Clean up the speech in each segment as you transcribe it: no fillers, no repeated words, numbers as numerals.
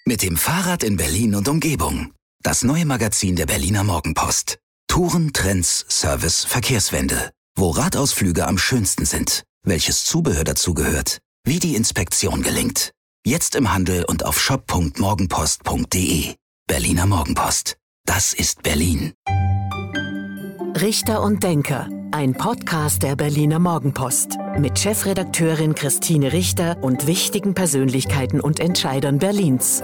Mit dem Fahrrad in Berlin und Umgebung. Das neue Magazin der Berliner Morgenpost. Touren, Trends, Service, Verkehrswende. Wo Radausflüge am schönsten sind. Welches Zubehör dazu gehört. Wie die Inspektion gelingt. Jetzt im Handel und auf shop.morgenpost.de. Berliner Morgenpost. Das ist Berlin. Richter und Denker. Ein Podcast der Berliner Morgenpost. Mit Chefredakteurin Christine Richter und wichtigen Persönlichkeiten und Entscheidern Berlins.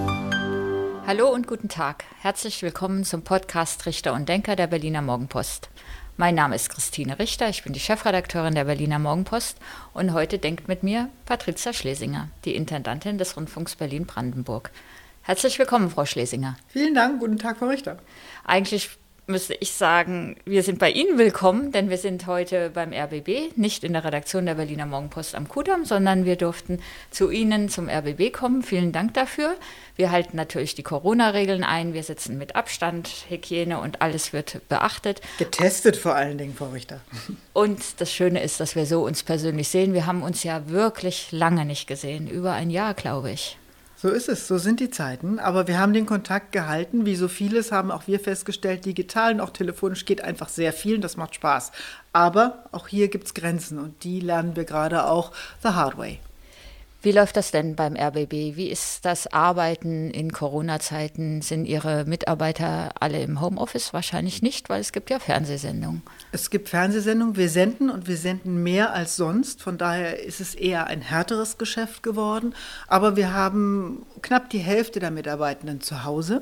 Hallo und guten Tag. Herzlich willkommen zum Podcast Richter und Denker der Berliner Morgenpost. Mein Name ist Christine Richter, ich bin die Chefredakteurin der Berliner Morgenpost und heute denkt mit mir Patricia Schlesinger, die Intendantin des Rundfunks Berlin-Brandenburg. Herzlich willkommen, Frau Schlesinger. Vielen Dank, guten Tag, Frau Richter. Eigentlich müsste ich sagen, wir sind bei Ihnen willkommen, denn wir sind heute beim RBB, nicht in der Redaktion der Berliner Morgenpost am Kudamm, sondern wir durften zu Ihnen zum RBB kommen. Vielen Dank dafür. Wir halten natürlich die Corona-Regeln ein, wir sitzen mit Abstand, Hygiene und alles wird beachtet. Getestet vor allen Dingen, Frau Richter. Und das Schöne ist, dass wir so uns persönlich sehen. Wir haben uns ja wirklich lange nicht gesehen, über ein Jahr, glaube ich. So ist es, so sind die Zeiten. Aber wir haben den Kontakt gehalten. Wie so vieles haben auch wir festgestellt, digital und auch telefonisch geht einfach sehr viel und das macht Spaß. Aber auch hier gibt es Grenzen und die lernen wir gerade auch the hard way. Wie läuft das denn beim RBB? Wie ist das Arbeiten in Corona-Zeiten? Sind Ihre Mitarbeiter alle im Homeoffice? Wahrscheinlich nicht, weil es gibt ja Fernsehsendungen. Es gibt Fernsehsendungen, wir senden und wir senden mehr als sonst. Von daher ist es eher ein härteres Geschäft geworden. Aber wir haben knapp die Hälfte der Mitarbeitenden zu Hause.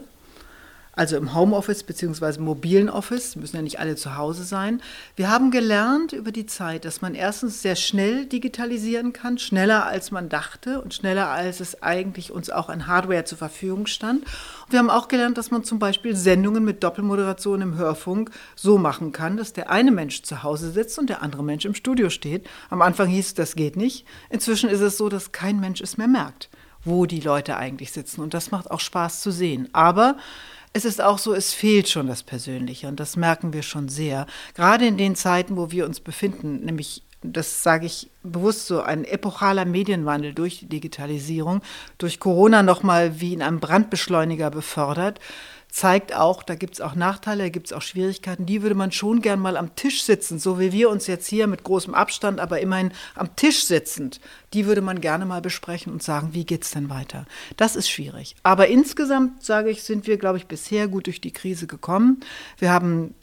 Also im Homeoffice bzw. mobilen Office, müssen ja nicht alle zu Hause sein. Wir haben gelernt über die Zeit, dass man erstens sehr schnell digitalisieren kann, schneller als man dachte und schneller als es eigentlich uns auch an Hardware zur Verfügung stand. Und wir haben auch gelernt, dass man zum Beispiel Sendungen mit Doppelmoderation im Hörfunk so machen kann, dass der eine Mensch zu Hause sitzt und der andere Mensch im Studio steht. Am Anfang hieß es, das geht nicht. Inzwischen ist es so, dass kein Mensch es mehr merkt, wo die Leute eigentlich sitzen. Und das macht auch Spaß zu sehen. Aber es ist auch so, es fehlt schon das Persönliche und das merken wir schon sehr. Gerade in den Zeiten, wo wir uns befinden, nämlich, das sage ich bewusst so, ein epochaler Medienwandel durch die Digitalisierung, durch Corona nochmal wie in einem Brandbeschleuniger befördert, zeigt auch, da gibt es auch Nachteile, da gibt es auch Schwierigkeiten, die würde man schon gern mal am Tisch sitzen, so wie wir uns jetzt hier mit großem Abstand, aber immerhin am Tisch sitzend, die würde man gerne mal besprechen und sagen, wie geht's denn weiter? Das ist schwierig. Aber insgesamt, sage ich, sind wir, glaube ich, bisher gut durch die Krise gekommen. Wir haben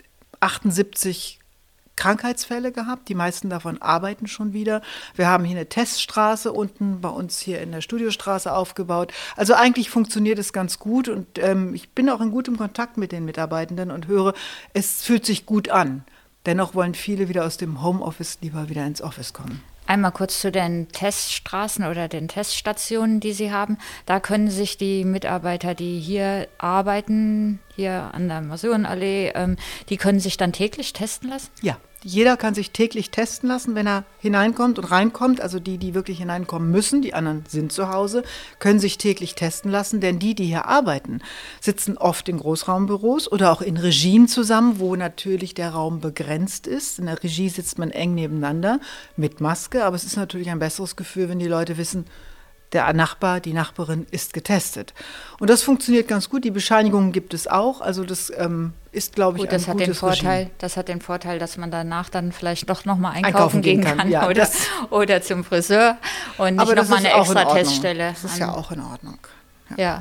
78 Krankheitsfälle gehabt, die meisten davon arbeiten schon wieder. Wir haben hier eine Teststraße unten bei uns hier in der Studiostraße aufgebaut. Also eigentlich funktioniert es ganz gut und ich bin auch in gutem Kontakt mit den Mitarbeitenden und höre, es fühlt sich gut an. Dennoch wollen viele wieder aus dem Homeoffice lieber wieder ins Office kommen. Einmal kurz zu den Teststraßen oder den Teststationen, die Sie haben. Da können sich die Mitarbeiter, die hier arbeiten, hier an der Masurenallee, die können sich dann täglich testen lassen? Ja. Jeder kann sich täglich testen lassen, wenn er hineinkommt und reinkommt. Also die wirklich hineinkommen müssen, die anderen sind zu Hause, können sich täglich testen lassen. Denn die hier arbeiten, sitzen oft in Großraumbüros oder auch in Regien zusammen, wo natürlich der Raum begrenzt ist. In der Regie sitzt man eng nebeneinander mit Maske. Aber es ist natürlich ein besseres Gefühl, wenn die Leute wissen, der Nachbar, die Nachbarin ist getestet. Und das funktioniert ganz gut. Die Bescheinigungen gibt es auch. Also das ist, glaube ich, gut, ein gutes Regime. Das hat den Vorteil, dass man danach dann vielleicht doch noch mal einkaufen gehen kann ja, oder zum Friseur und nicht noch mal eine extra Teststelle. Das ist ja auch in Ordnung. Ja.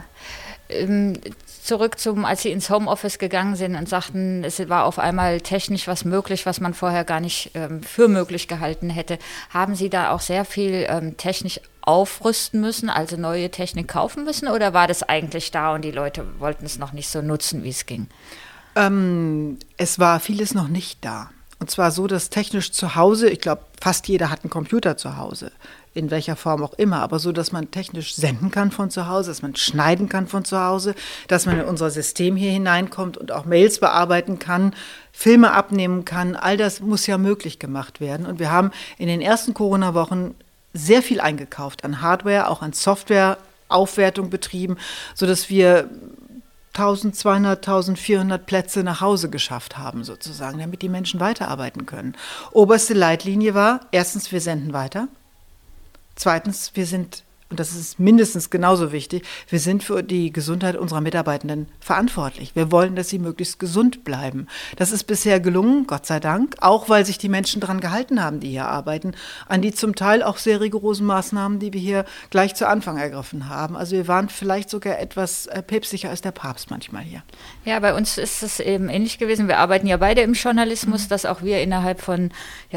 Zurück als Sie ins Homeoffice gegangen sind und sagten, es war auf einmal technisch was möglich, was man vorher gar nicht für möglich gehalten hätte. Haben Sie da auch sehr viel technisch aufrüsten müssen, also neue Technik kaufen müssen, oder war das eigentlich da und die Leute wollten es noch nicht so nutzen, wie es ging? Es war vieles noch nicht da. Und zwar so, dass technisch zu Hause, ich glaube, fast jeder hat einen Computer zu Hause, in welcher Form auch immer, aber so, dass man technisch senden kann von zu Hause, dass man schneiden kann von zu Hause, dass man in unser System hier hineinkommt und auch Mails bearbeiten kann, Filme abnehmen kann, all das muss ja möglich gemacht werden. Und wir haben in den ersten Corona-Wochen sehr viel eingekauft an Hardware, auch an Software-Aufwertung betrieben, sodass wir 1200, 1400 Plätze nach Hause geschafft haben, sozusagen, damit die Menschen weiterarbeiten können. Oberste Leitlinie war, erstens, wir senden weiter. Zweitens, wir sind und das ist mindestens genauso wichtig, wir sind für die Gesundheit unserer Mitarbeitenden verantwortlich. Wir wollen, dass sie möglichst gesund bleiben. Das ist bisher gelungen, Gott sei Dank, auch weil sich die Menschen daran gehalten haben, die hier arbeiten, an die zum Teil auch sehr rigorosen Maßnahmen, die wir hier gleich zu Anfang ergriffen haben. Also wir waren vielleicht sogar etwas päpstlicher als der Papst manchmal hier. Ja, bei uns ist es eben ähnlich gewesen. Wir arbeiten ja beide im Journalismus, dass auch wir innerhalb von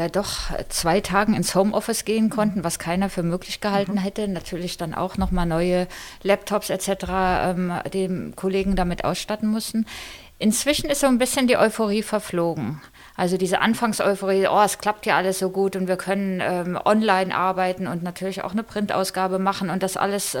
2 Tagen ins Homeoffice gehen konnten, was keiner für möglich gehalten hätte. Natürlich dann auch nochmal neue Laptops etc. Den Kollegen damit ausstatten mussten. Inzwischen ist so ein bisschen die Euphorie verflogen. Also diese Anfangseuphorie, es klappt ja alles so gut und wir können online arbeiten und natürlich auch eine Printausgabe machen und das alles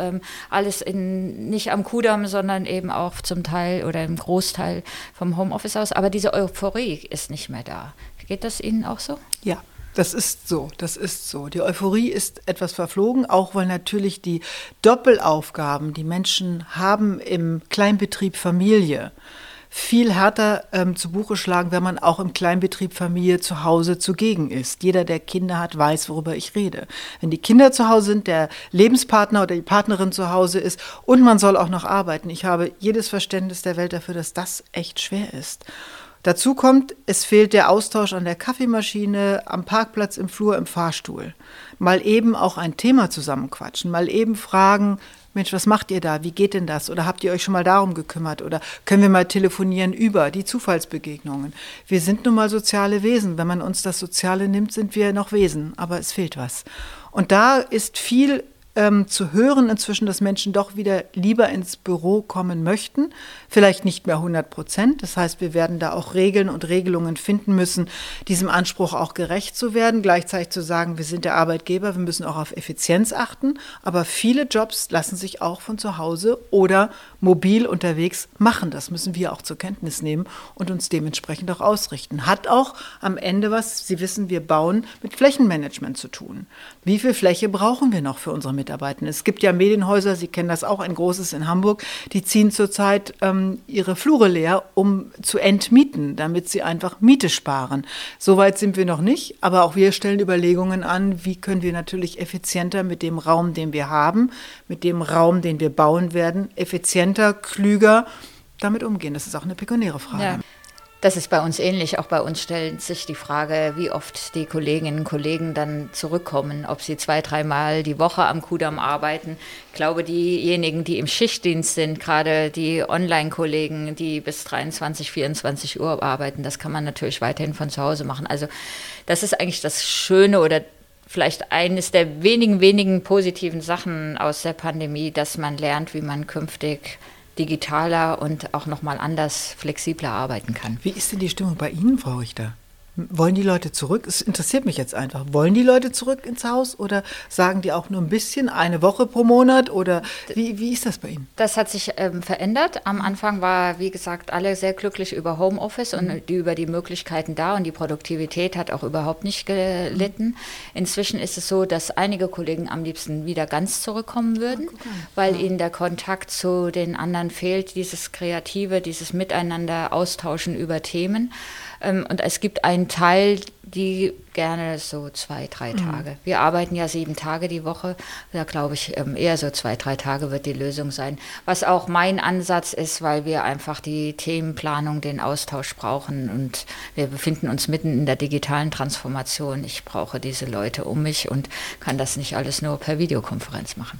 nicht am Kudamm, sondern eben auch zum Teil oder im Großteil vom Homeoffice aus. Aber diese Euphorie ist nicht mehr da. Geht das Ihnen auch so? Ja. Das ist so. Die Euphorie ist etwas verflogen, auch weil natürlich die Doppelaufgaben, die Menschen haben im Kleinbetrieb Familie, viel härter zu Buche schlagen, wenn man auch im Kleinbetrieb Familie zu Hause zugegen ist. Jeder, der Kinder hat, weiß, worüber ich rede. Wenn die Kinder zu Hause sind, der Lebenspartner oder die Partnerin zu Hause ist und man soll auch noch arbeiten. Ich habe jedes Verständnis der Welt dafür, dass das echt schwer ist. Dazu kommt, es fehlt der Austausch an der Kaffeemaschine, am Parkplatz, im Flur, im Fahrstuhl. Mal eben auch ein Thema zusammenquatschen, mal eben fragen, Mensch, was macht ihr da? Wie geht denn das? Oder habt ihr euch schon mal darum gekümmert? Oder können wir mal telefonieren über die Zufallsbegegnungen? Wir sind nun mal soziale Wesen. Wenn man uns das Soziale nimmt, sind wir noch Wesen, aber es fehlt was. Und da ist viel zu hören inzwischen, dass Menschen doch wieder lieber ins Büro kommen möchten. Vielleicht nicht mehr 100%. Das heißt, wir werden da auch Regeln und Regelungen finden müssen, diesem Anspruch auch gerecht zu werden. Gleichzeitig zu sagen, wir sind der Arbeitgeber, wir müssen auch auf Effizienz achten. Aber viele Jobs lassen sich auch von zu Hause oder mobil unterwegs machen. Das müssen wir auch zur Kenntnis nehmen und uns dementsprechend auch ausrichten. Hat auch am Ende was, Sie wissen, wir bauen, mit Flächenmanagement zu tun. Wie viel Fläche brauchen wir noch für unsere Mitarbeiter? Es gibt ja Medienhäuser, Sie kennen das auch, ein großes in Hamburg, die ziehen zurzeit ihre Flure leer, um zu entmieten, damit sie einfach Miete sparen. Soweit sind wir noch nicht, aber auch wir stellen Überlegungen an, wie können wir natürlich effizienter mit dem Raum, den wir haben, mit dem Raum, den wir bauen werden, effizienter, klüger damit umgehen. Das ist auch eine pekuniäre Frage. Ja. Das ist bei uns ähnlich. Auch bei uns stellt sich die Frage, wie oft die Kolleginnen und Kollegen dann zurückkommen, ob sie 2-3 Mal die Woche am Kudamm arbeiten. Ich glaube, diejenigen, die im Schichtdienst sind, gerade die Online-Kollegen, die bis 23, 24 Uhr arbeiten, das kann man natürlich weiterhin von zu Hause machen. Also das ist eigentlich das Schöne oder vielleicht eines der wenigen positiven Sachen aus der Pandemie, dass man lernt, wie man künftig digitaler und auch nochmal anders, flexibler arbeiten kann. Wie ist denn die Stimmung bei Ihnen, Frau Richter? Wollen die Leute zurück? Es interessiert mich jetzt einfach. Wollen die Leute zurück ins Haus oder sagen die auch nur ein bisschen, eine Woche pro Monat? Oder wie ist das bei Ihnen? Das hat sich verändert. Am Anfang war, wie gesagt, alle sehr glücklich über Homeoffice und über die Möglichkeiten da und die Produktivität hat auch überhaupt nicht gelitten. Inzwischen ist es so, dass einige Kollegen am liebsten wieder ganz zurückkommen würden, weil ihnen der Kontakt zu den anderen fehlt, dieses Kreative, dieses Miteinander austauschen über Themen. Und es gibt einen Teil, die gerne so 2-3 Tage. Wir arbeiten ja 7 Tage die Woche. Da glaube ich, eher so 2-3 Tage wird die Lösung sein. Was auch mein Ansatz ist, weil wir einfach die Themenplanung, den Austausch brauchen. Und wir befinden uns mitten in der digitalen Transformation. Ich brauche diese Leute um mich und kann das nicht alles nur per Videokonferenz machen.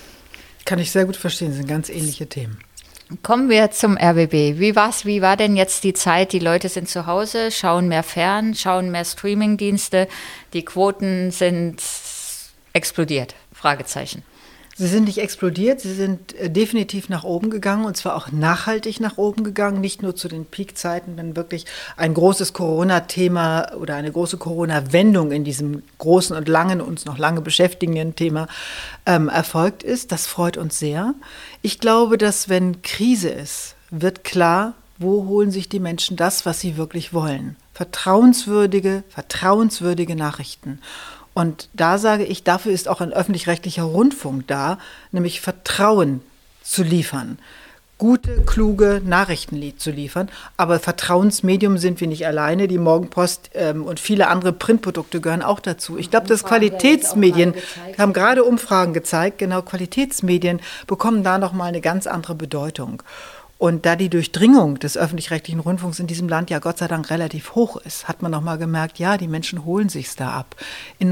Kann ich sehr gut verstehen. Das sind ganz ähnliche Themen. Kommen wir zum RBB. Wie war denn jetzt die Zeit? Die Leute sind zu Hause, schauen mehr fern, schauen mehr Streamingdienste. Die Quoten sind explodiert? Fragezeichen. Sie sind nicht explodiert, sie sind definitiv nach oben gegangen und zwar auch nachhaltig nach oben gegangen, nicht nur zu den Peakzeiten, wenn wirklich ein großes Corona-Thema oder eine große Corona-Wendung in diesem großen und uns noch lange beschäftigenden Thema erfolgt ist. Das freut uns sehr. Ich glaube, dass wenn Krise ist, wird klar, wo holen sich die Menschen das, was sie wirklich wollen. Vertrauenswürdige Nachrichten. Und da sage ich, dafür ist auch ein öffentlich-rechtlicher Rundfunk da, nämlich Vertrauen zu liefern. gute, kluge Nachrichten zu liefern. Aber Vertrauensmedium sind wir nicht alleine. Die Morgenpost und viele andere Printprodukte gehören auch dazu. Ich glaube, dass Qualitätsmedien, haben gerade Umfragen gezeigt, genau, Qualitätsmedien bekommen da nochmal eine ganz andere Bedeutung. Und da die Durchdringung des öffentlich-rechtlichen Rundfunks in diesem Land ja Gott sei Dank relativ hoch ist, hat man nochmal gemerkt, ja, die Menschen holen sich's da ab. In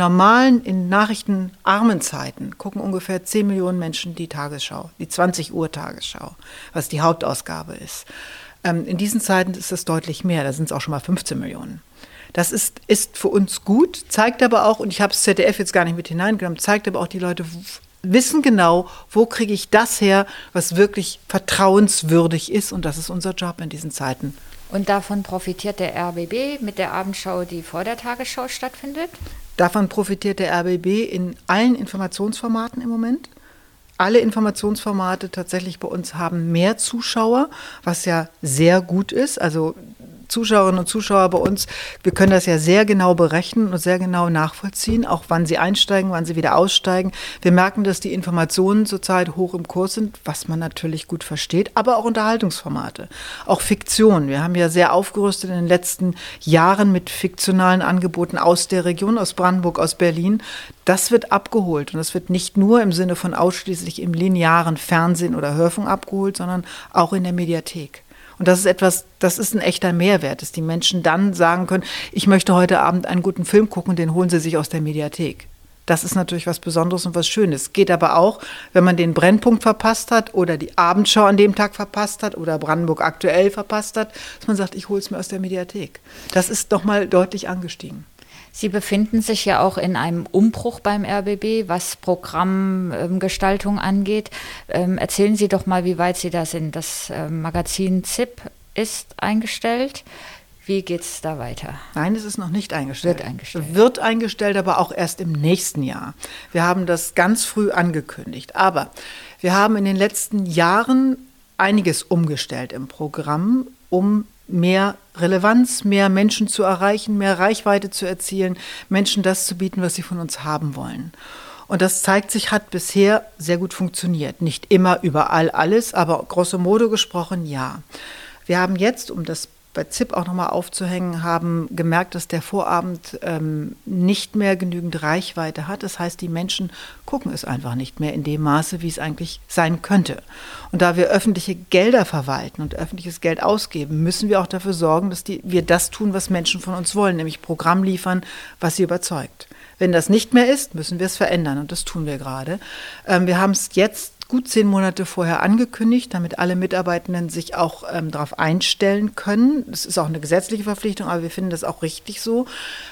nachrichtenarmen Zeiten gucken ungefähr 10 Millionen Menschen die Tagesschau, die 20 Uhr Tagesschau, was die Hauptausgabe ist. In diesen Zeiten ist es deutlich mehr, da sind es auch schon mal 15 Millionen. Das ist für uns gut, zeigt aber auch, und ich habe das ZDF jetzt gar nicht mit hineingenommen, zeigt aber auch, die Leute wissen genau, wo kriege ich das her, was wirklich vertrauenswürdig ist. Und das ist unser Job in diesen Zeiten. Und davon profitiert der RBB mit der Abendschau, die vor der Tagesschau stattfindet? Davon profitiert der RBB in allen Informationsformaten im Moment. Alle Informationsformate tatsächlich bei uns haben mehr Zuschauer, was ja sehr gut ist. Also Zuschauerinnen und Zuschauer bei uns, wir können das ja sehr genau berechnen und sehr genau nachvollziehen, auch wann sie einsteigen, wann sie wieder aussteigen. Wir merken, dass die Informationen zurzeit hoch im Kurs sind, was man natürlich gut versteht, aber auch Unterhaltungsformate, auch Fiktion. Wir haben ja sehr aufgerüstet in den letzten Jahren mit fiktionalen Angeboten aus der Region, aus Brandenburg, aus Berlin. Das wird abgeholt und das wird nicht nur im Sinne von ausschließlich im linearen Fernsehen oder Hörfunk abgeholt, sondern auch in der Mediathek. Und das ist etwas, das ist ein echter Mehrwert, dass die Menschen dann sagen können, ich möchte heute Abend einen guten Film gucken, den holen sie sich aus der Mediathek. Das ist natürlich was Besonderes und was Schönes. Geht aber auch, wenn man den Brennpunkt verpasst hat oder die Abendschau an dem Tag verpasst hat oder Brandenburg aktuell verpasst hat, dass man sagt, ich hole es mir aus der Mediathek. Das ist doch mal deutlich angestiegen. Sie befinden sich ja auch in einem Umbruch beim RBB, was Programmgestaltung angeht. Erzählen Sie doch mal, wie weit Sie da sind. Das Magazin ZIP ist eingestellt. Wie geht es da weiter? Nein, es ist noch nicht eingestellt. Wird eingestellt. Wird eingestellt, aber auch erst im nächsten Jahr. Wir haben das ganz früh angekündigt. Aber wir haben in den letzten Jahren einiges umgestellt im Programm, um mehr Relevanz, mehr Menschen zu erreichen, mehr Reichweite zu erzielen, Menschen das zu bieten, was sie von uns haben wollen. Und das zeigt sich, hat bisher sehr gut funktioniert. Nicht immer überall alles, aber grosso modo gesprochen, ja. Wir haben jetzt, um das bei ZIP auch nochmal aufzuhängen, haben gemerkt, dass der Vorabend nicht mehr genügend Reichweite hat. Das heißt, die Menschen gucken es einfach nicht mehr in dem Maße, wie es eigentlich sein könnte. Und da wir öffentliche Gelder verwalten und öffentliches Geld ausgeben, müssen wir auch dafür sorgen, dass wir das tun, was Menschen von uns wollen, nämlich Programm liefern, was sie überzeugt. Wenn das nicht mehr ist, müssen wir es verändern und das tun wir gerade. Wir haben es jetzt gut 10 Monate vorher angekündigt, damit alle Mitarbeitenden sich auch darauf einstellen können. Das ist auch eine gesetzliche Verpflichtung, aber wir finden das auch richtig so.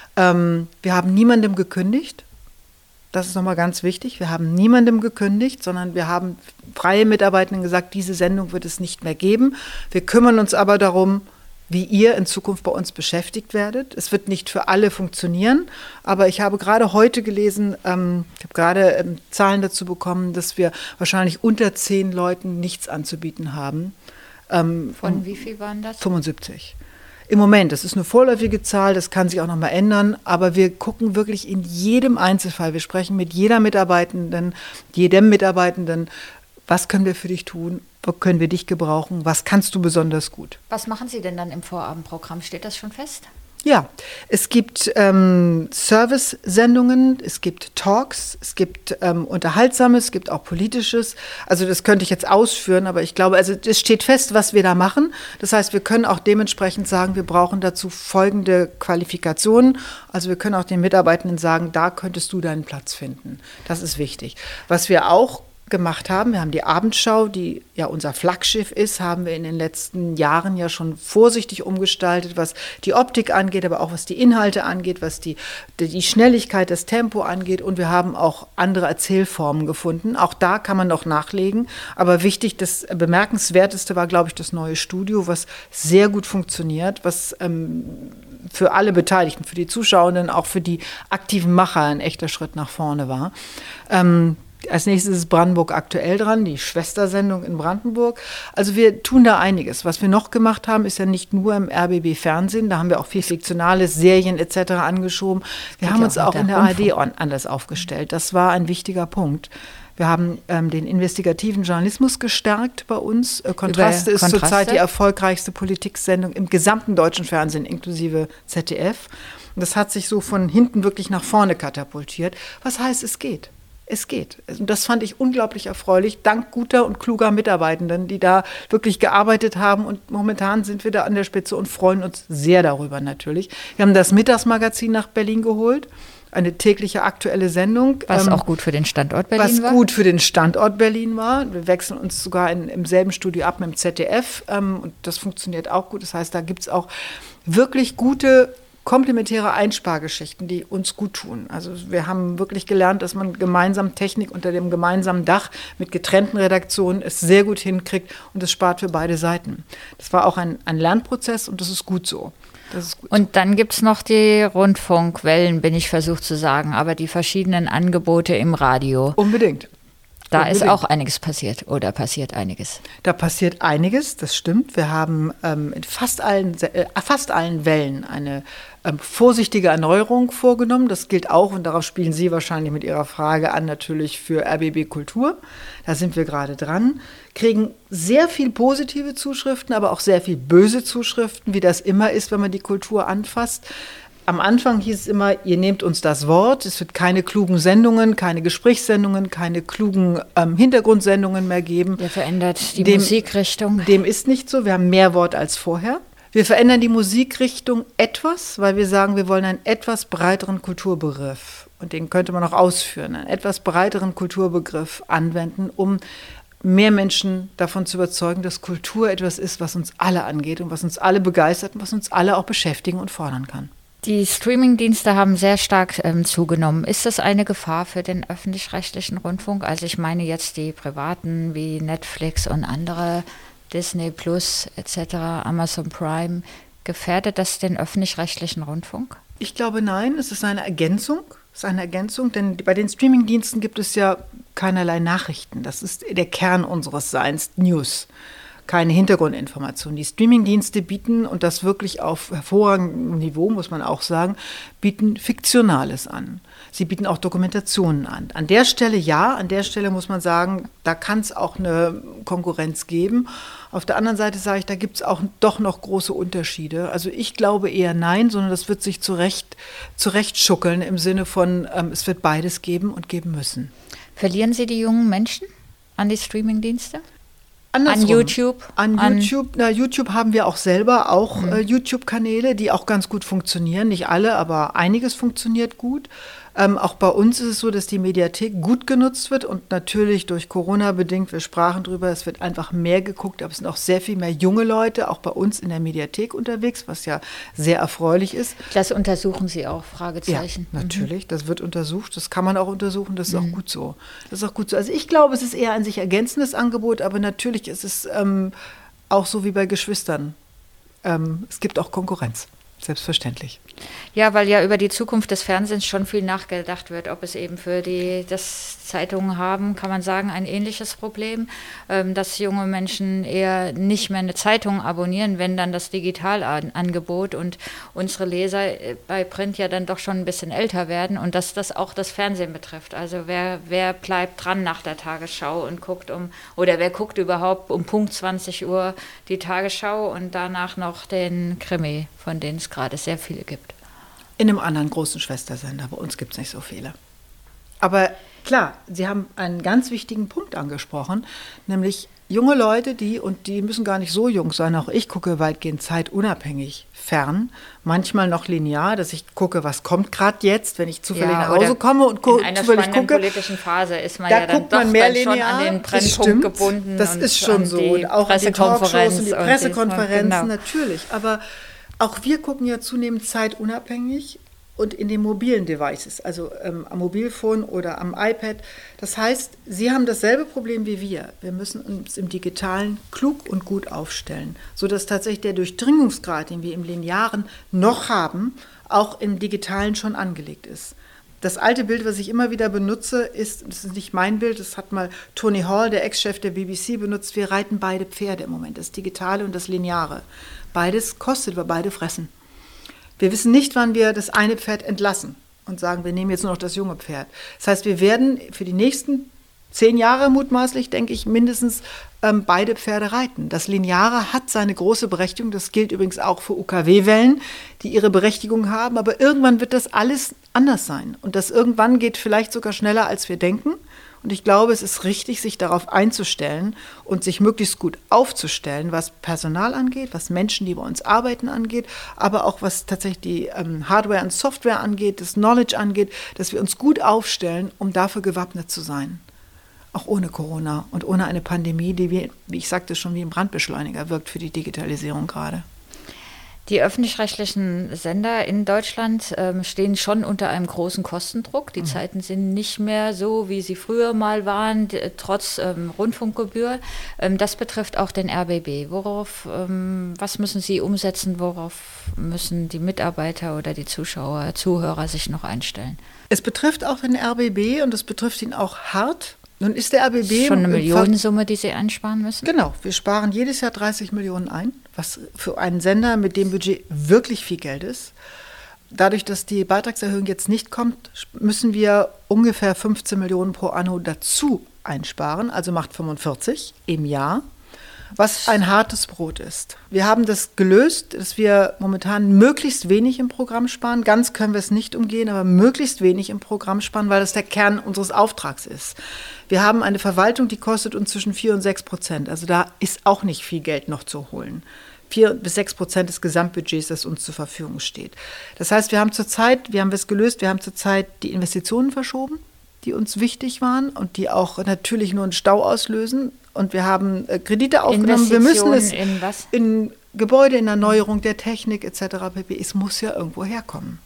Wir haben niemandem gekündigt. Das ist nochmal ganz wichtig. Wir haben niemandem gekündigt, sondern wir haben freie Mitarbeitenden gesagt, diese Sendung wird es nicht mehr geben. Wir kümmern uns aber darum, wie ihr in Zukunft bei uns beschäftigt werdet. Es wird nicht für alle funktionieren, aber ich habe gerade heute gelesen, ich habe gerade Zahlen dazu bekommen, dass wir wahrscheinlich unter 10 Leuten nichts anzubieten haben. Von wie viel waren das? 75. Im Moment, das ist eine vorläufige Zahl, das kann sich auch noch mal ändern, aber wir gucken wirklich in jedem Einzelfall, wir sprechen mit jedem Mitarbeitenden, was können wir für dich tun, wo können wir dich gebrauchen, was kannst du besonders gut. Was machen Sie denn dann im Vorabendprogramm? Steht das schon fest? Ja, es gibt Service-Sendungen, es gibt Talks, es gibt Unterhaltsames, es gibt auch Politisches. Also das könnte ich jetzt ausführen, aber ich glaube, also es steht fest, was wir da machen. Das heißt, wir können auch dementsprechend sagen, wir brauchen dazu folgende Qualifikationen. Also wir können auch den Mitarbeitenden sagen, da könntest du deinen Platz finden. Das ist wichtig. Was wir auch gemacht haben. Wir haben die Abendschau, die ja unser Flaggschiff ist, haben wir in den letzten Jahren ja schon vorsichtig umgestaltet, was die Optik angeht, aber auch was die Inhalte angeht, was die Schnelligkeit, das Tempo angeht. Und wir haben auch andere Erzählformen gefunden. Auch da kann man noch nachlegen. Aber wichtig, das Bemerkenswerteste war, glaube ich, das neue Studio, was sehr gut funktioniert, was für alle Beteiligten, für die Zuschauenden, auch für die aktiven Macher ein echter Schritt nach vorne war. Als nächstes ist Brandenburg aktuell dran, die Schwestersendung in Brandenburg. Also wir tun da einiges. Was wir noch gemacht haben, ist ja nicht nur im RBB-Fernsehen, da haben wir auch viel Fiktionales, Serien etc. angeschoben. Wir haben uns auch in der ARD anders aufgestellt. Das war ein wichtiger Punkt. Wir haben den investigativen Journalismus gestärkt bei uns. Kontraste ist zurzeit die erfolgreichste Politiksendung im gesamten deutschen Fernsehen, inklusive ZDF. Und das hat sich so von hinten wirklich nach vorne katapultiert. Was heißt, es geht? Es geht. Und das fand ich unglaublich erfreulich, dank guter und kluger Mitarbeitenden, die da wirklich gearbeitet haben. Und momentan sind wir da an der Spitze und freuen uns sehr darüber natürlich. Wir haben das Mittagsmagazin nach Berlin geholt. Eine tägliche aktuelle Sendung. Was auch gut für den Standort Berlin war. Was gut für den Standort Berlin war. Wir wechseln uns sogar im selben Studio ab mit dem ZDF. Und das funktioniert auch gut. Das heißt, da gibt es auch wirklich gute komplementäre Einspargeschichten, die uns gut tun. Also wir haben wirklich gelernt, dass man gemeinsam Technik unter dem gemeinsamen Dach mit getrennten Redaktionen es sehr gut hinkriegt und es spart für beide Seiten. Das war auch ein Lernprozess und das ist gut so. Und dann gibt es noch die Rundfunkwellen, bin ich versucht zu sagen, aber die verschiedenen Angebote im Radio. Unbedingt. Da ist auch einiges passiert oder passiert einiges? Da passiert einiges, das stimmt. Wir haben in fast allen Wellen eine vorsichtige Erneuerung vorgenommen. Das gilt auch, und darauf spielen Sie wahrscheinlich mit Ihrer Frage an, natürlich für RBB Kultur. Da sind wir gerade dran. Kriegen sehr viel positive Zuschriften, aber auch sehr viel böse Zuschriften, wie das immer ist, wenn man die Kultur anfasst. Am Anfang hieß es immer, ihr nehmt uns das Wort, es wird keine klugen Sendungen, keine Gesprächssendungen, keine klugen Hintergrundsendungen mehr geben. Ihr verändert die Musikrichtung. Dem ist nicht so, wir haben mehr Wort als vorher. Wir verändern die Musikrichtung etwas, weil wir sagen, wir wollen einen etwas breiteren Kulturbegriff, und den könnte man auch ausführen, einen etwas breiteren Kulturbegriff anwenden, um mehr Menschen davon zu überzeugen, dass Kultur etwas ist, was uns alle angeht und was uns alle begeistert und was uns alle auch beschäftigen und fordern kann. Die Streamingdienste haben sehr stark zugenommen. Ist das eine Gefahr für den öffentlich-rechtlichen Rundfunk? Also ich meine jetzt die privaten wie Netflix und andere, Disney Plus etc., Amazon Prime. Gefährdet das den öffentlich-rechtlichen Rundfunk? Ich glaube, nein, es ist eine Ergänzung. Es ist eine Ergänzung, denn bei den Streamingdiensten gibt es ja keinerlei Nachrichten. Das ist der Kern unseres Seins, News. Keine Hintergrundinformationen. Die Streamingdienste bieten, und das wirklich auf hervorragendem Niveau, muss man auch sagen, bieten Fiktionales an. Sie bieten auch Dokumentationen an. An der Stelle ja, an der Stelle muss man sagen, da kann es auch eine Konkurrenz geben. Auf der anderen Seite sage ich, da gibt es auch doch noch große Unterschiede. Also ich glaube eher nein, sondern das wird sich zurechtschuckeln im Sinne von, es wird beides geben und geben müssen. Verlieren Sie die jungen Menschen an die Streamingdienste? Andersrum. An YouTube? YouTube haben wir auch selber YouTube-Kanäle, die auch ganz gut funktionieren. Nicht alle, aber einiges funktioniert gut. Auch bei uns ist es so, dass die Mediathek gut genutzt wird und natürlich durch Corona bedingt, wir sprachen drüber, es wird einfach mehr geguckt, aber es sind auch sehr viel mehr junge Leute, auch bei uns in der Mediathek unterwegs, was ja sehr erfreulich ist. Das untersuchen Sie auch, Fragezeichen. Ja, natürlich, das wird untersucht, das kann man auch untersuchen, das ist auch gut so. Das ist auch gut so. Also ich glaube, es ist eher ein sich ergänzendes Angebot, aber natürlich ist es auch so wie bei Geschwistern. Es gibt auch Konkurrenz. Selbstverständlich. Ja, weil ja über die Zukunft des Fernsehens schon viel nachgedacht wird, ob es eben für das Zeitungen haben, kann man sagen, ein ähnliches Problem, dass junge Menschen eher nicht mehr eine Zeitung abonnieren, wenn dann das Digitalangebot und unsere Leser bei Print ja dann doch schon ein bisschen älter werden und dass das auch das Fernsehen betrifft. Also wer bleibt dran nach der Tagesschau und guckt wer guckt überhaupt um Punkt 20 Uhr die Tagesschau und danach noch den Krimi, von denen es gerade sehr viele gibt. In einem anderen großen Schwestersender. Bei uns gibt es nicht so viele. Aber klar, Sie haben einen ganz wichtigen Punkt angesprochen, nämlich junge Leute, die müssen gar nicht so jung sein, auch ich gucke weitgehend zeitunabhängig fern, manchmal noch linear, dass ich gucke, was kommt gerade jetzt, wenn ich zufällig nach Hause komme und in einer spannenden politischen Phase ist man ja dann doch mehr dann schon an den Brennpunkt gebunden. Das ist schon so. Und auch an die Talkshows und die Pressekonferenzen, genau. Natürlich. Aber auch wir gucken ja zunehmend zeitunabhängig und in den mobilen Devices, also am Mobilphone oder am iPad. Das heißt, Sie haben dasselbe Problem wie wir. Wir müssen uns im Digitalen klug und gut aufstellen, sodass tatsächlich der Durchdringungsgrad, den wir im Linearen noch haben, auch im Digitalen schon angelegt ist. Das alte Bild, was ich immer wieder benutze, das ist nicht mein Bild, das hat mal Tony Hall, der Ex-Chef der BBC, benutzt. Wir reiten beide Pferde im Moment, das Digitale und das Lineare. Beides kostet, weil beide fressen. Wir wissen nicht, wann wir das eine Pferd entlassen und sagen, wir nehmen jetzt nur noch das junge Pferd. Das heißt, wir werden für die nächsten 10 Jahre mutmaßlich, denke ich, mindestens beide Pferde reiten. Das Lineare hat seine große Berechtigung. Das gilt übrigens auch für UKW-Wellen, die ihre Berechtigung haben. Aber irgendwann wird das alles anders sein. Und das irgendwann geht vielleicht sogar schneller, als wir denken. Und ich glaube, es ist richtig, sich darauf einzustellen und sich möglichst gut aufzustellen, was Personal angeht, was Menschen, die bei uns arbeiten, angeht, aber auch was tatsächlich die Hardware und Software angeht, das Knowledge angeht, dass wir uns gut aufstellen, um dafür gewappnet zu sein. Auch ohne Corona und ohne eine Pandemie, die, wie ich sagte, schon wie ein Brandbeschleuniger wirkt für die Digitalisierung gerade. Die öffentlich-rechtlichen Sender in Deutschland stehen schon unter einem großen Kostendruck. Die Zeiten sind nicht mehr so, wie sie früher mal waren, trotz Rundfunkgebühr. Das betrifft auch den RBB. Was müssen Sie umsetzen? Worauf müssen die Mitarbeiter oder die Zuschauer, Zuhörer sich noch einstellen? Es betrifft auch den RBB und es betrifft ihn auch hart. Nun ist der RBB schon eine Millionensumme, die Sie einsparen müssen? Genau, wir sparen jedes Jahr 30 Millionen ein, was für einen Sender mit dem Budget wirklich viel Geld ist. Dadurch, dass die Beitragserhöhung jetzt nicht kommt, müssen wir ungefähr 15 Millionen pro Anno dazu einsparen, also macht 45 im Jahr, was ein hartes Brot ist. Wir haben das gelöst, dass wir momentan möglichst wenig im Programm sparen. Ganz können wir es nicht umgehen, aber möglichst wenig im Programm sparen, weil das der Kern unseres Auftrags ist. Wir haben eine Verwaltung, die kostet uns zwischen 4% und 6%. Also da ist auch nicht viel Geld noch zu holen. 4-6% des Gesamtbudgets, das uns zur Verfügung steht. Das heißt, wir haben es gelöst, wir haben zurzeit die Investitionen verschoben, die uns wichtig waren und die auch natürlich nur einen Stau auslösen. Und wir haben Kredite aufgenommen. Wir müssen es in was? In Gebäude, in Erneuerung der Technik etc. pp. Es muss ja irgendwo herkommen.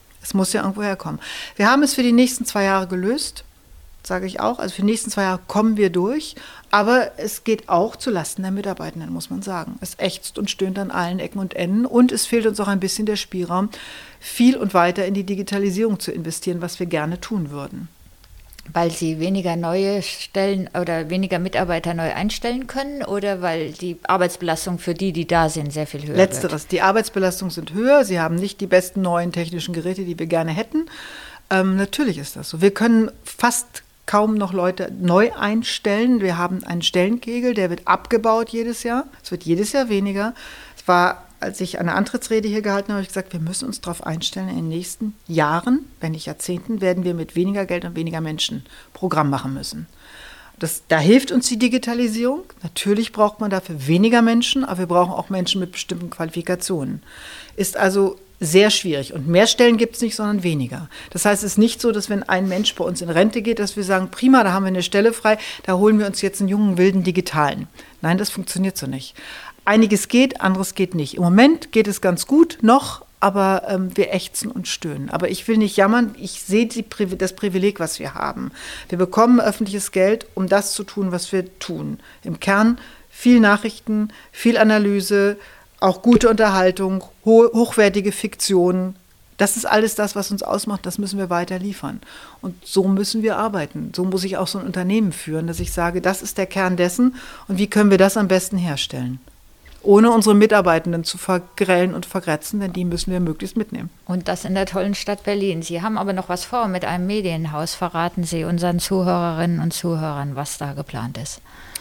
Wir haben es für die nächsten 2 Jahre gelöst, sage ich auch. Also für die nächsten 2 Jahre kommen wir durch. Aber es geht auch zulasten der Mitarbeitenden, muss man sagen. Es ächzt und stöhnt an allen Ecken und Enden. Und es fehlt uns auch ein bisschen der Spielraum, viel und weiter in die Digitalisierung zu investieren, was wir gerne tun würden. Weil Sie weniger neue Stellen oder weniger Mitarbeiter neu einstellen können oder weil die Arbeitsbelastung für die da sind, sehr viel höher Letzteres. wird? Die Arbeitsbelastungen sind höher. Sie haben nicht die besten neuen technischen Geräte, die wir gerne hätten. Natürlich ist das so. Wir können fast kaum noch Leute neu einstellen. Wir haben einen Stellenkegel, der wird abgebaut jedes Jahr. Es wird jedes Jahr weniger. Es war, als ich eine Antrittsrede hier gehalten habe, habe ich gesagt, wir müssen uns darauf einstellen, in den nächsten Jahren, wenn nicht Jahrzehnten, werden wir mit weniger Geld und weniger Menschen Programm machen müssen. Da hilft uns die Digitalisierung. Natürlich braucht man dafür weniger Menschen, aber wir brauchen auch Menschen mit bestimmten Qualifikationen. Ist also sehr schwierig. Und mehr Stellen gibt es nicht, sondern weniger. Das heißt, es ist nicht so, dass wenn ein Mensch bei uns in Rente geht, dass wir sagen, prima, da haben wir eine Stelle frei, da holen wir uns jetzt einen jungen, wilden Digitalen. Nein, das funktioniert so nicht. Einiges geht, anderes geht nicht. Im Moment geht es ganz gut noch, aber wir ächzen und stöhnen. Aber ich will nicht jammern, ich sehe das Privileg, was wir haben. Wir bekommen öffentliches Geld, um das zu tun, was wir tun. Im Kern viel Nachrichten, viel Analyse, auch gute Unterhaltung, hochwertige Fiktion. Das ist alles das, was uns ausmacht, das müssen wir weiter liefern. Und so müssen wir arbeiten. So muss ich auch so ein Unternehmen führen, dass ich sage, das ist der Kern dessen und wie können wir das am besten herstellen? Ohne unsere Mitarbeitenden zu vergrellen und vergrätzen, denn die müssen wir möglichst mitnehmen. Und das in der tollen Stadt Berlin. Sie haben aber noch was vor mit einem Medienhaus. Verraten Sie unseren Zuhörerinnen und Zuhörern, was da geplant ist.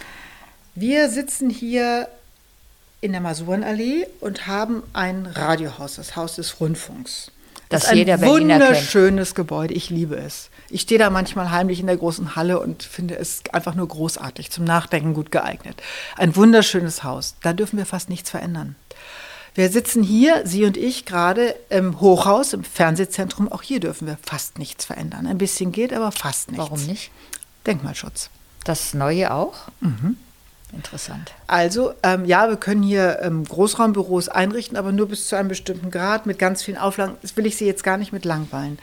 Wir sitzen hier in der Masurenallee und haben ein Radiohaus, das Haus des Rundfunks. Das ist jeder ein Berliner wunderschönes kennt. Gebäude, ich liebe es. Ich stehe da manchmal heimlich in der großen Halle und finde es einfach nur großartig, zum Nachdenken gut geeignet. Ein wunderschönes Haus, da dürfen wir fast nichts verändern. Wir sitzen hier, Sie und ich, gerade im Hochhaus, im Fernsehzentrum. Auch hier dürfen wir fast nichts verändern. Ein bisschen geht, aber fast nichts. Warum nicht? Denkmalschutz. Das Neue auch? Mhm. Interessant. Also, ja, wir können hier Großraumbüros einrichten, aber nur bis zu einem bestimmten Grad mit ganz vielen Auflagen. Das will ich Sie jetzt gar nicht mit langweilen.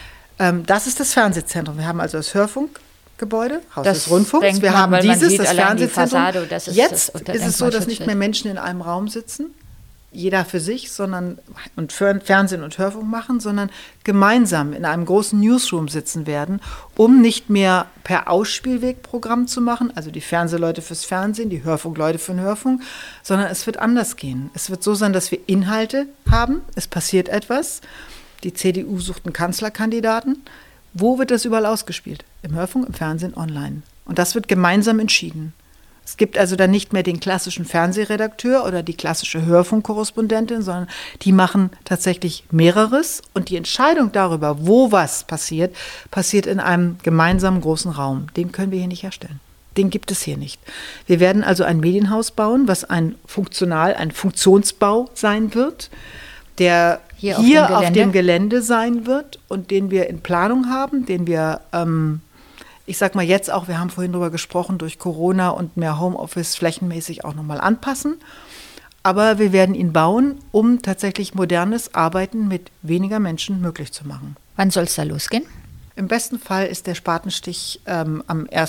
Das ist das Fernsehzentrum. Wir haben also das Hörfunkgebäude, Haus des Rundfunks. Wir haben dieses, das Fernsehzentrum. Jetzt ist es so, dass nicht mehr Menschen in einem Raum sitzen, jeder für sich, und Fernsehen und Hörfunk machen, sondern gemeinsam in einem großen Newsroom sitzen werden, um nicht mehr per Ausspielweg Programm zu machen, also die Fernsehleute fürs Fernsehen, die Hörfunkleute für den Hörfunk, sondern es wird anders gehen. Es wird so sein, dass wir Inhalte haben, es passiert etwas, die CDU sucht einen Kanzlerkandidaten. Wo wird das überall ausgespielt? Im Hörfunk, im Fernsehen, online. Und das wird gemeinsam entschieden. Es gibt also dann nicht mehr den klassischen Fernsehredakteur oder die klassische Hörfunkkorrespondentin, sondern die machen tatsächlich mehreres. Und die Entscheidung darüber, wo was passiert, passiert in einem gemeinsamen großen Raum. Den können wir hier nicht herstellen. Den gibt es hier nicht. Wir werden also ein Medienhaus bauen, was ein Funktionsbau sein wird, der hier auf dem Gelände sein wird und den wir in Planung haben, den wir ich sag mal jetzt auch, wir haben vorhin darüber gesprochen, durch Corona und mehr Homeoffice flächenmäßig auch nochmal anpassen. Aber wir werden ihn bauen, um tatsächlich modernes Arbeiten mit weniger Menschen möglich zu machen. Wann soll es da losgehen? Im besten Fall ist der Spatenstich am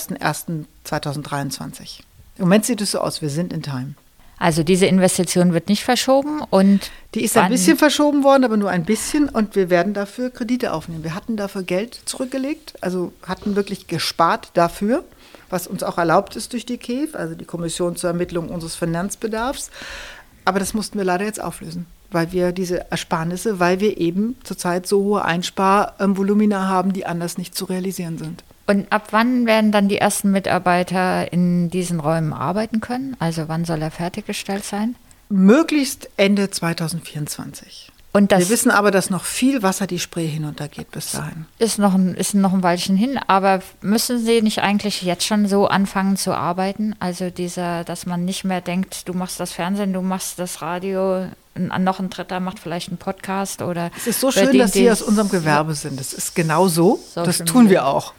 01.01.2023. Im Moment sieht es so aus, wir sind in time. Also diese Investition wird nicht verschoben und die ist ein bisschen verschoben worden, aber nur ein bisschen und wir werden dafür Kredite aufnehmen. Wir hatten dafür Geld zurückgelegt, also hatten wirklich gespart dafür, was uns auch erlaubt ist durch die KEF, also die Kommission zur Ermittlung unseres Finanzbedarfs. Aber das mussten wir leider jetzt auflösen, weil wir diese Ersparnisse, weil wir eben zurzeit so hohe Einsparvolumina haben, die anders nicht zu realisieren sind. Und ab wann werden dann die ersten Mitarbeiter in diesen Räumen arbeiten können? Also wann soll er fertiggestellt sein? Möglichst Ende 2024. Und wir wissen aber, dass noch viel Wasser die Spree hinuntergeht bis dahin. Ist noch ein Weilchen hin, aber müssen Sie nicht eigentlich jetzt schon so anfangen zu arbeiten? Also dass man nicht mehr denkt, du machst das Fernsehen, du machst das Radio, noch ein Dritter macht vielleicht einen Podcast oder. Es ist so schön, dass Sie aus unserem Gewerbe sind. Das ist genau so. Das tun wir auch.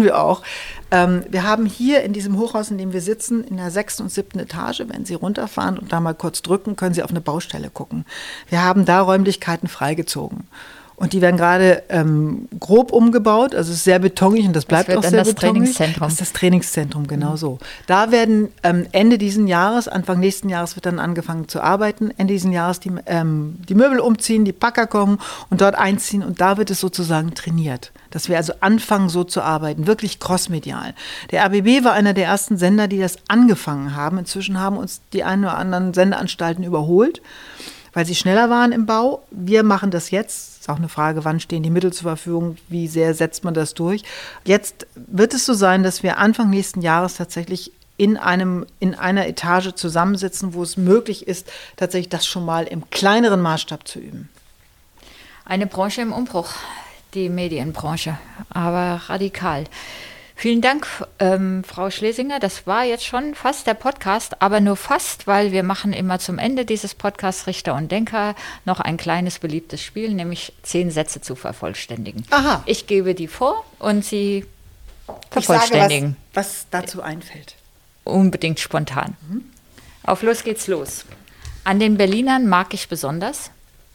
Wir haben hier in diesem Hochhaus, in dem wir sitzen, in der 6. und 7. Etage, wenn Sie runterfahren und da mal kurz drücken, können Sie auf eine Baustelle gucken. Wir haben da Räumlichkeiten freigezogen. Und die werden gerade grob umgebaut, also es ist sehr betonig und das bleibt auch sehr betonig. Das ist das Trainingszentrum, genau so. Da werden Ende diesen Jahres, Anfang nächsten Jahres wird dann angefangen zu arbeiten, Ende diesen Jahres die Möbel umziehen, die Packer kommen und dort einziehen und da wird es sozusagen trainiert. Dass wir also anfangen so zu arbeiten, wirklich crossmedial. Der RBB war einer der ersten Sender, die das angefangen haben. Inzwischen haben uns die einen oder anderen Sendeanstalten überholt, weil sie schneller waren im Bau. Wir machen das jetzt. Ist auch eine Frage, wann stehen die Mittel zur Verfügung, wie sehr setzt man das durch. Jetzt wird es so sein, dass wir Anfang nächsten Jahres tatsächlich in einer Etage zusammensitzen, wo es möglich ist, tatsächlich das schon mal im kleineren Maßstab zu üben. Eine Branche im Umbruch, die Medienbranche, aber radikal. Vielen Dank, Frau Schlesinger. Das war jetzt schon fast der Podcast, aber nur fast, weil wir machen immer zum Ende dieses Podcasts Richter und Denker noch ein kleines beliebtes Spiel, nämlich 10 Sätze zu vervollständigen. Aha. Ich gebe die vor und Sie vervollständigen. Ich sage, was dazu einfällt. Unbedingt spontan. Auf los geht's los. An den Berlinern mag ich besonders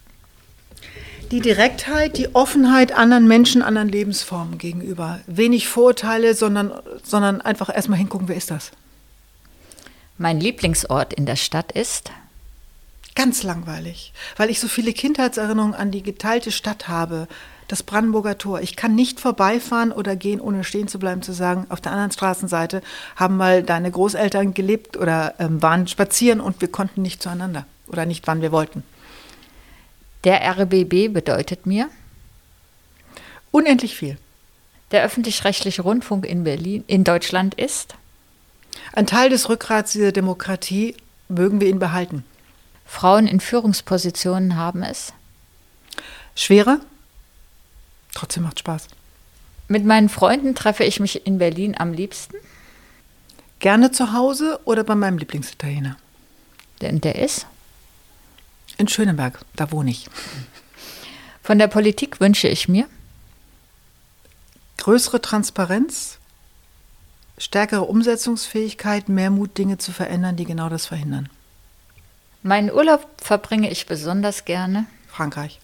die Direktheit, die Offenheit anderen Menschen, anderen Lebensformen gegenüber. Wenig Vorurteile, sondern einfach erstmal hingucken, wer ist das? Mein Lieblingsort in der Stadt ist? Ganz langweilig, weil ich so viele Kindheitserinnerungen an die geteilte Stadt habe. Das Brandenburger Tor. Ich kann nicht vorbeifahren oder gehen, ohne stehen zu bleiben, zu sagen, auf der anderen Straßenseite haben mal deine Großeltern gelebt oder waren spazieren und wir konnten nicht zueinander oder nicht, wann wir wollten. Der RBB bedeutet mir? Unendlich viel. Der öffentlich-rechtliche Rundfunk in Deutschland ist? Ein Teil des Rückgrats dieser Demokratie, mögen wir ihn behalten. Frauen in Führungspositionen haben es? Schwerer, trotzdem macht Spaß. Mit meinen Freunden treffe ich mich in Berlin am liebsten? Gerne zu Hause oder bei meinem Lieblingsitaliener. Denn der ist? In Schöneberg, da wohne ich. Von der Politik wünsche ich mir? Größere Transparenz, stärkere Umsetzungsfähigkeit, mehr Mut, Dinge zu verändern, die genau das verhindern. Meinen Urlaub verbringe ich besonders gerne? Frankreich.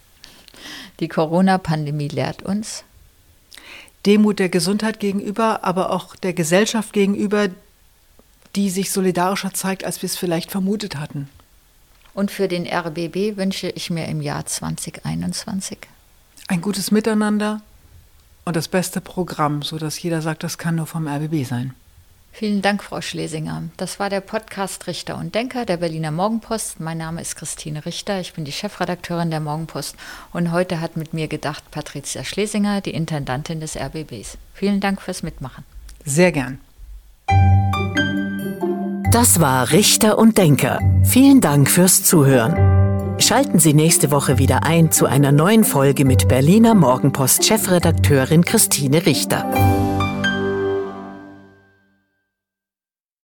Die Corona-Pandemie lehrt uns? Demut der Gesundheit gegenüber, aber auch der Gesellschaft gegenüber, die sich solidarischer zeigt, als wir es vielleicht vermutet hatten. Und für den RBB wünsche ich mir im Jahr 2021? Ein gutes Miteinander und das beste Programm, sodass jeder sagt, das kann nur vom RBB sein. Vielen Dank, Frau Schlesinger. Das war der Podcast Richter und Denker der Berliner Morgenpost. Mein Name ist Christine Richter, ich bin die Chefredakteurin der Morgenpost und heute hat mit mir gedacht Patricia Schlesinger, die Intendantin des RBBs. Vielen Dank fürs Mitmachen. Sehr gern. Das war Richter und Denker. Vielen Dank fürs Zuhören. Schalten Sie nächste Woche wieder ein zu einer neuen Folge mit Berliner Morgenpost-Chefredakteurin Christine Richter.